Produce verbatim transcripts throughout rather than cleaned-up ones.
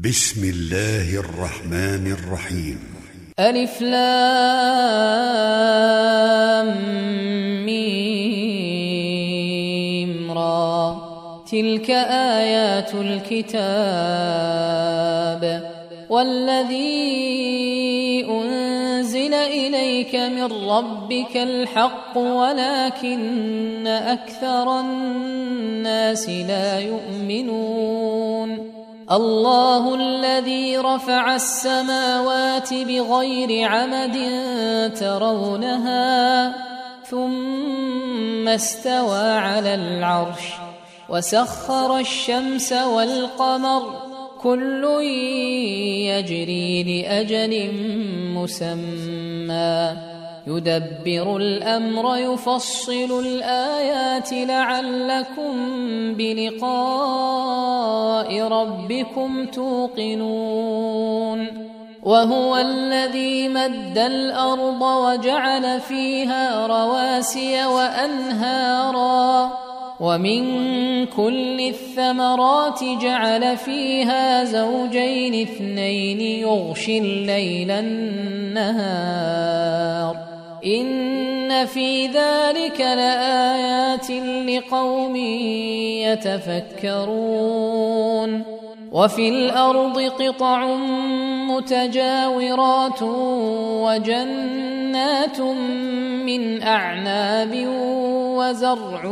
بسم الله الرحمن الرحيم. ألف لام ميم را. تلك آيات الكتاب والذي أنزل إليك من ربك الحق ولكن أكثر الناس لا يؤمنون. الله الذي رفع السماوات بغير عمد ترونها ثم استوى على العرش وسخر الشمس والقمر كل يجري لأجل مسمى يدبر الأمر يفصل الآيات لعلكم بلقاء ربكم توقنون. وهو الذي مد الأرض وجعل فيها رواسي وأنهارا ومن كل الثمرات جعل فيها زوجين اثنين يغشي الليل النهار إن في ذلك لآيات لقوم يتفكرون. وفي الأرض قطع متجاورات وجنات من أعناب وزرع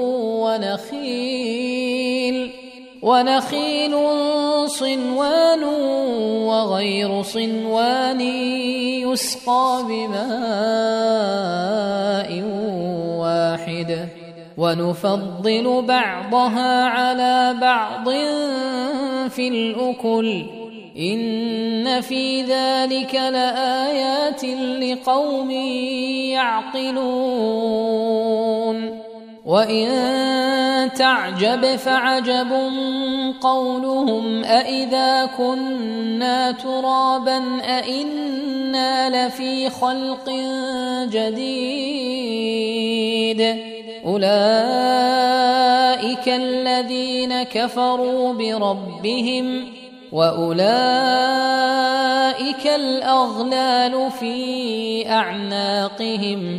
ونخيل ونخيل صنوان وغير صنوان يسقى بماء واحد ونفضل بعضها على بعض في الأكل إن في ذلك لآيات لقوم يعقلون. وإن تعجب فعجب قولهم أإذا كنا ترابا أإنا لفي خلق جديد أولئك الذين كفروا بربهم وأولئك الأغلال في أعناقهم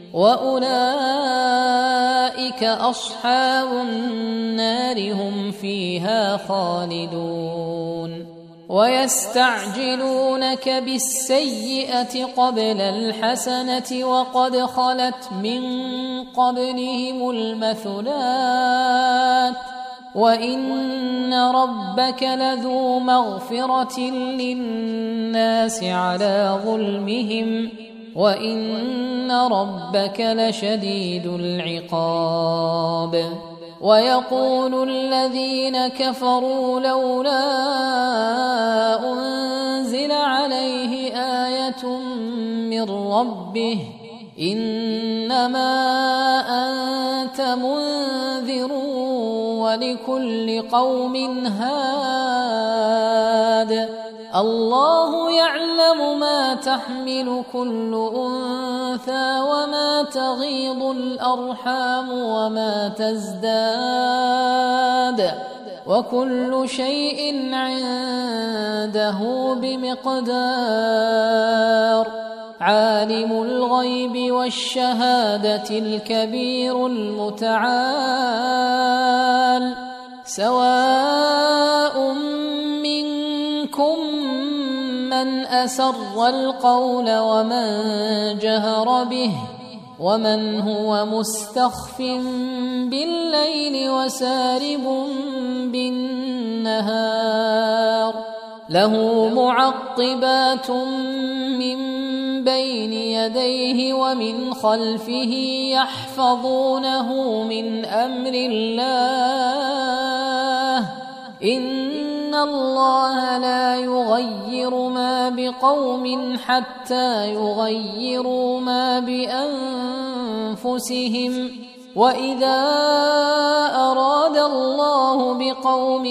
وأولئك أصحاب النار هم فيها خالدون. ويستعجلونك بالسيئة قبل الحسنة وقد خلت من قبلهم المثلات وإن ربك لذو مغفرة للناس على ظلمهم وإن ربك لشديد العقاب. ويقول الذين كفروا لولا أنزل عليه آية من ربه إنما أنت منذر ولكل قوم هاد الله يعلم ما تحمل كل أنثى وما تغيض الأرحام وما تزداد وكل شيء عنده بمقدار. عالم الغيب والشهادة الكبير المتعال سواء منكم من أسر القول ومن جهر به ومن هو مستخف بالليل وسارب بالنهار له معقبات من بين يديه ومن خلفه يحفظونه من أمر الله إن الله لا يغير ما بقوم حتى يغيروا ما بأنفسهم وإذا أراد الله بقوم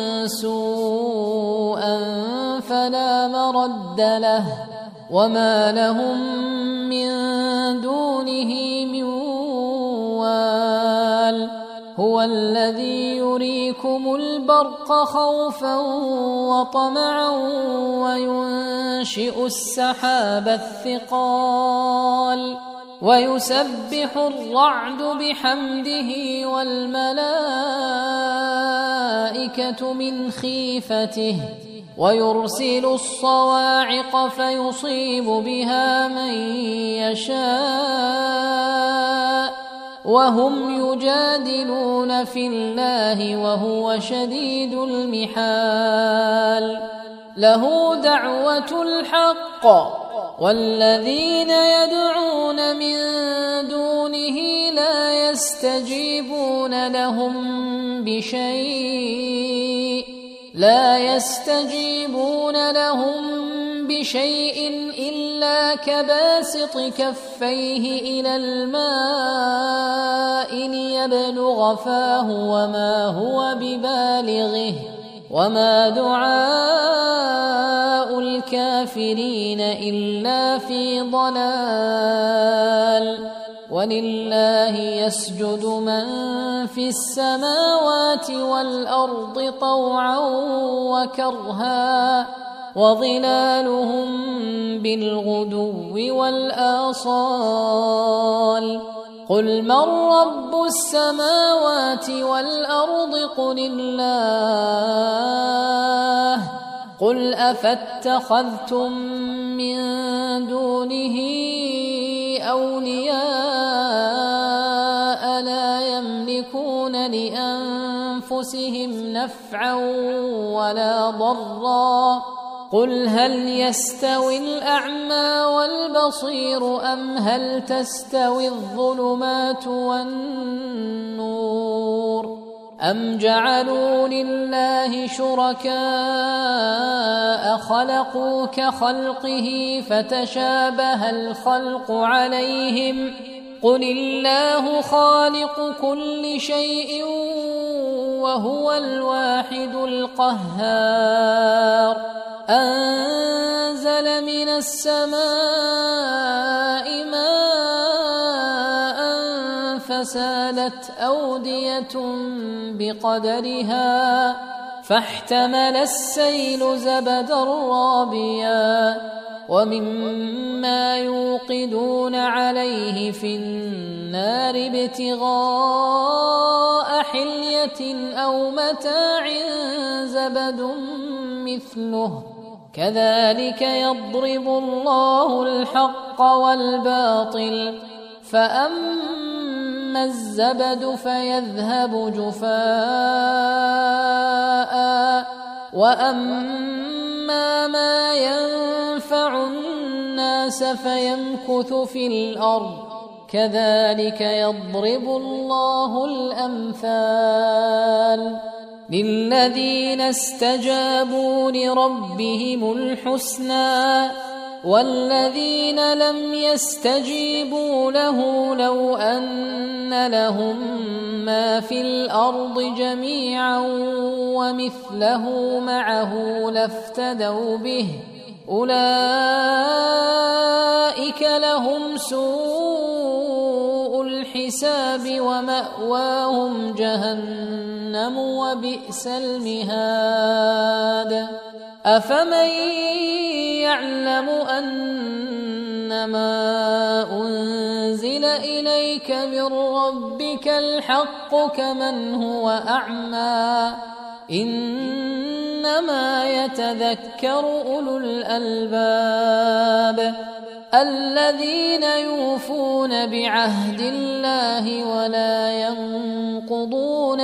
سوءا فلا مرد له وما لهم من دونه من وال هو الذي يريكم البرق خوفا وطمعا وينشئ السحاب الثقال ويسبح الرعد بحمده والملائكة من خيفته ويرسل الصواعق فيصيب بها من يشاء وهم يجادلون في الله وهو شديد المحال له دعوة الحق والذين يدعون من دونه لا يستجيبون لهم بشيء لا يستجيبون لهم بشيء إلا كباسط كفيه إلى الماء ليبلغ فاه وما هو ببالغه وما دعاء الكافرين إلا في ضلال ولله يسجد من في السماوات والأرض طوعا وكرها وظلالهم بالغدو والآصال قل من رب السماوات والأرض قل الله قل أفاتخذتم من دونه أولياء لا يملكون لأنفسهم نفعا ولا ضرا قل هل يستوي الأعمى والبصير أم هل تستوي الظلمات والنور أم جعلوا لله شركاء خلقوا كخلقه فتشابه الخلق عليهم قل الله خالق كل شيء وهو الواحد القهار أنزل من السماء ماء فسالت أودية بقدرها فاحتمل السيل زبدا رابيا ومما يوقدون عليه في النار ابتغاء حلية أو متاع زبد مثله كذلك يضرب الله الحق والباطل فأما الزبد فيذهب جفاء وأما ما ينفع الناس فيمكث في الأرض كذلك يضرب الله الأمثال للذين استجابوا لربهم الحسنى والذين لم يستجيبوا له لو أن لهم ما في الأرض جميعا ومثله معه لافتدوا به أولئك لهم سوء الحساب ومأواهم جهنم وبئس المهاد أفمن يعلم أنما أنزل إليك من ربك الحق كمن هو أعمى إنما يتذكر أولو الألباب الذين يوفون بعهد الله ولا ينقضون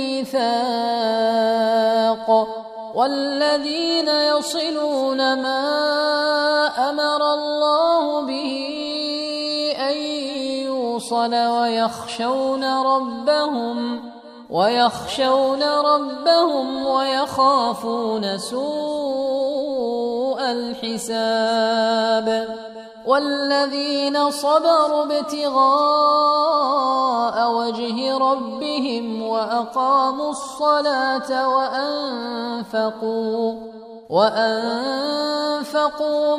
الميثاق والذين يصلون ما أمر الله به أن يوصل ويخشون ربهم ويخشون ربهم ويخافون سوء الحساب والذين صبروا ابتغاء وجه ربهم وأقاموا الصلاة وأنفقوا وأنفقوا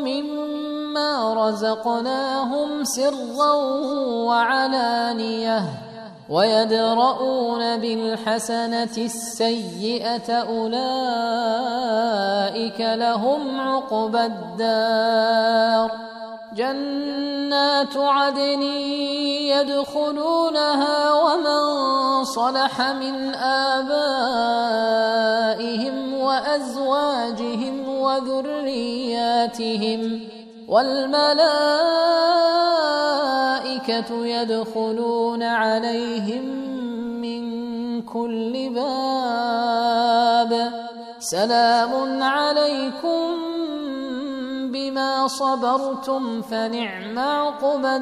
مما رزقناهم سرا وعلانية ويدرؤون بالحسنة السيئة أولئك لهم عقبى الدار جنات عدن يدخلونها ومن صلح من آبائهم وأزواجهم وذرياتهم والملائكة يدخلون عليهم من كل باب سلام عليكم بما صبرتم فنعم عقبى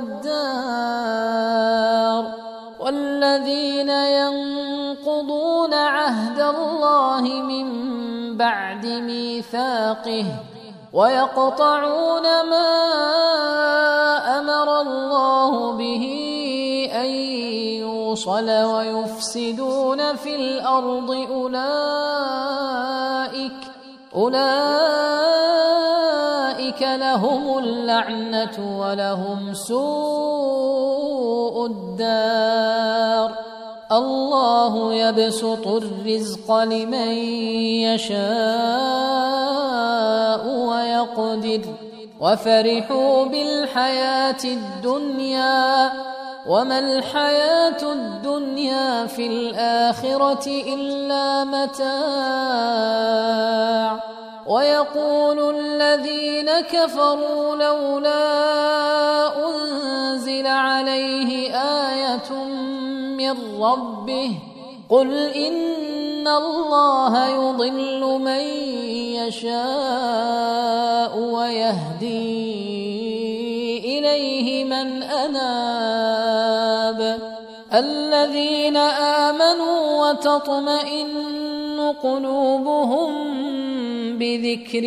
الدار والذين ينقضون عهد الله من بعد ميثاقه ويقطعون ما أمر الله به أن يوصل ويفسدون في الأرض أولئك أولئك لهم اللعنة ولهم سوء الدار الله يبسط الرزق لمن يشاء ويقدر وفرحوا بالحياة الدنيا وما الحياة الدنيا في الآخرة إلا متاع ويقول الذين كفروا لولا أنزل عليه آية من ربه قل إن الله يضل من يشاء ويهدي إليه من أناب الذين آمنوا وتطمئن قلوبهم بذكر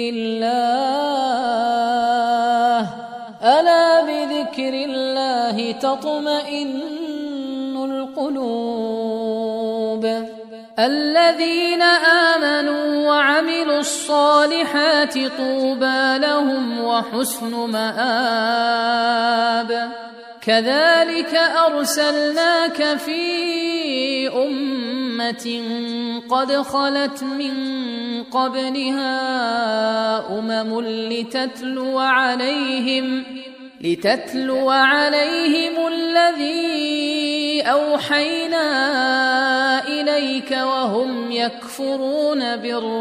الله ألا بذكر الله تطمئن القلوب الذين آمنوا وعملوا الصالحات طوبى لهم وحسن مآب كذلك أرسلناك في أمة قد خلت من قبلها أمم لتتلو عليهم لتتلو عليهم الذي أوحينا إليك وهم يكفرون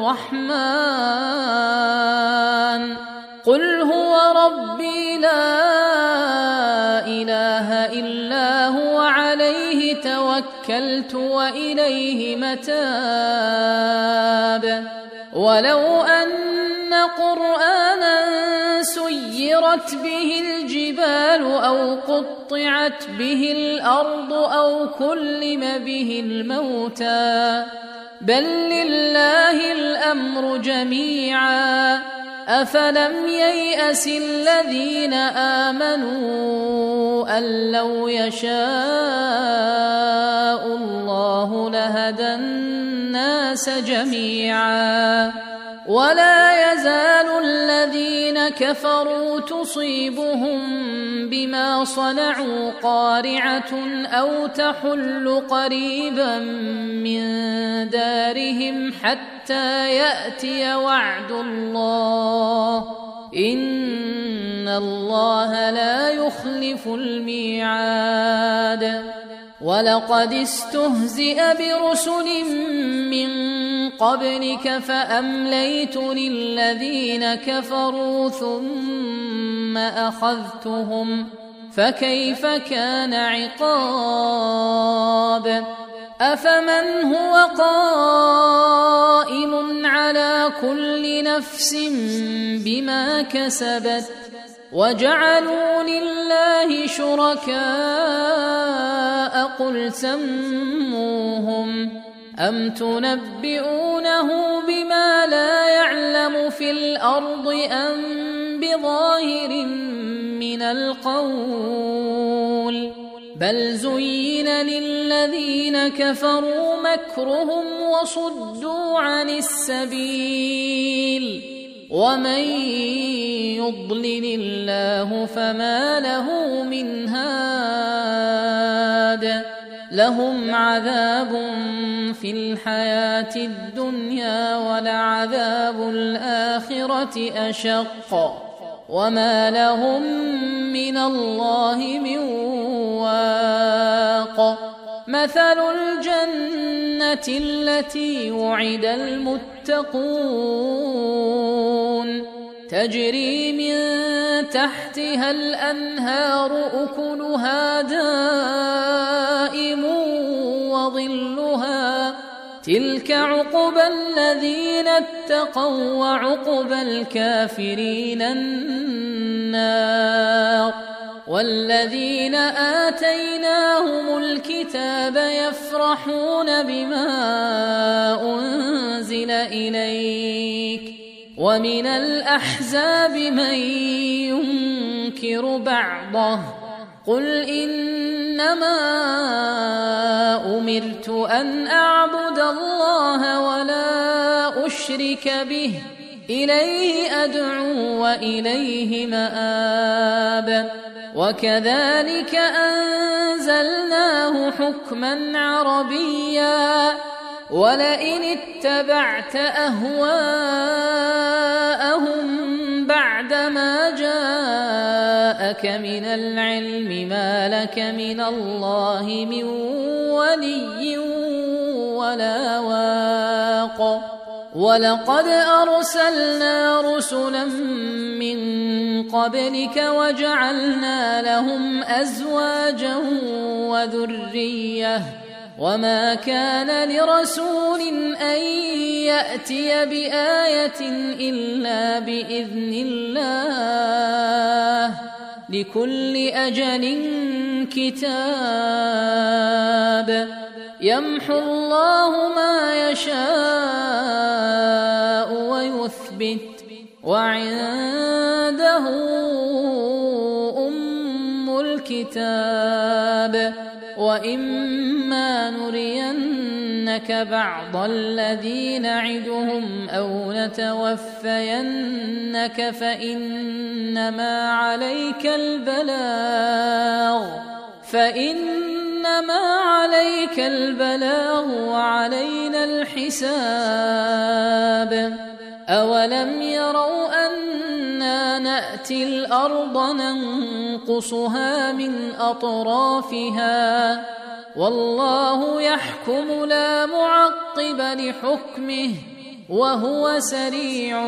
بالرحمن قل هو ربي لا إله إلا هو عليه توكلت وإليه متاب ولو أن قرآنا سيرت به الجبال أو قطعت به الأرض أو كلم به الموتى بل لله الأمر جميعا أفلم ييأس الذين آمنوا أن لو يشاء الله لهدى الناس جميعا ولا يزال الذين كفروا تصيبهم بما صنعوا قارعة أو تحل قريبا من دارهم حتى يأتي وعد الله إن الله لا يخلف الميعاد ولقد استهزئ برسل من قبلك فأمليت للذين كفروا ثم أخذتهم فكيف كان عقاب أفمن هو قائم على كل نفس بما كسبت وجعلوا لله شركاء قل سموهم أم تنبئونه بما لا يعلم في الأرض أم بظاهر من القول بل زين للذين كفروا مكرهم وصدوا عن السبيل ومن يضلل الله فما له من هاد لهم عذاب في الحياة الدنيا ولعذاب الآخرة أشق وما لهم من الله من واق مثل الجنة التي وعد المتقون تجري من تحتها الأنهار أكلها دائم وظلها تلك عقبى الذين اتقوا وعقبى الكافرين النار والذين آتيناهم الكتاب يفرحون بما أنزل إليك ومن الأحزاب من ينكر بعضه قل إنما أمرت أن أعبد الله ولا أشرك به إليه أدعو وإليه مآب وكذلك أنزلناه حكما عربيا ولئن اتبعت أهواءهم بعدما جاءك من العلم ما لك من الله من ولي ولا واق ولقد أرسلنا رسلا من قبلك وجعلنا لهم أزواجا وذرية وما كان لرسول أن يأتي بآية إلا بإذن الله لكل أجل كتاب يمحو الله ما يشاء ويثبت وعنده أم الكتاب وإما نرينك بعض الذي نعدهم أو نتوفينك فإنما عليك البلاغ فإنما عليك البلاغ وعلينا الحساب أولم يروا أنا نأتي الأرض ننقصها من أطرافها والله يحكم لا معقب لحكمه وهو سريع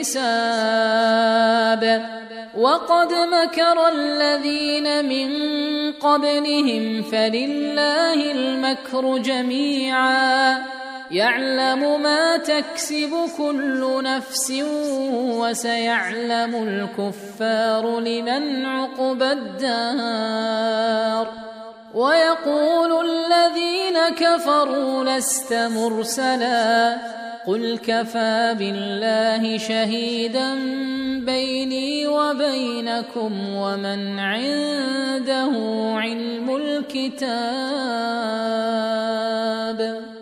الحساب وقد مكر الذين من قبلهم فلله المكر جميعا يعلم ما تكسب كل نفس وسيعلم الكفار لمن عقبى الدار ويقول الذين كفروا لست مرسلا قل كفى بالله شهيدا بيني وبينكم ومن عنده علم الكتاب.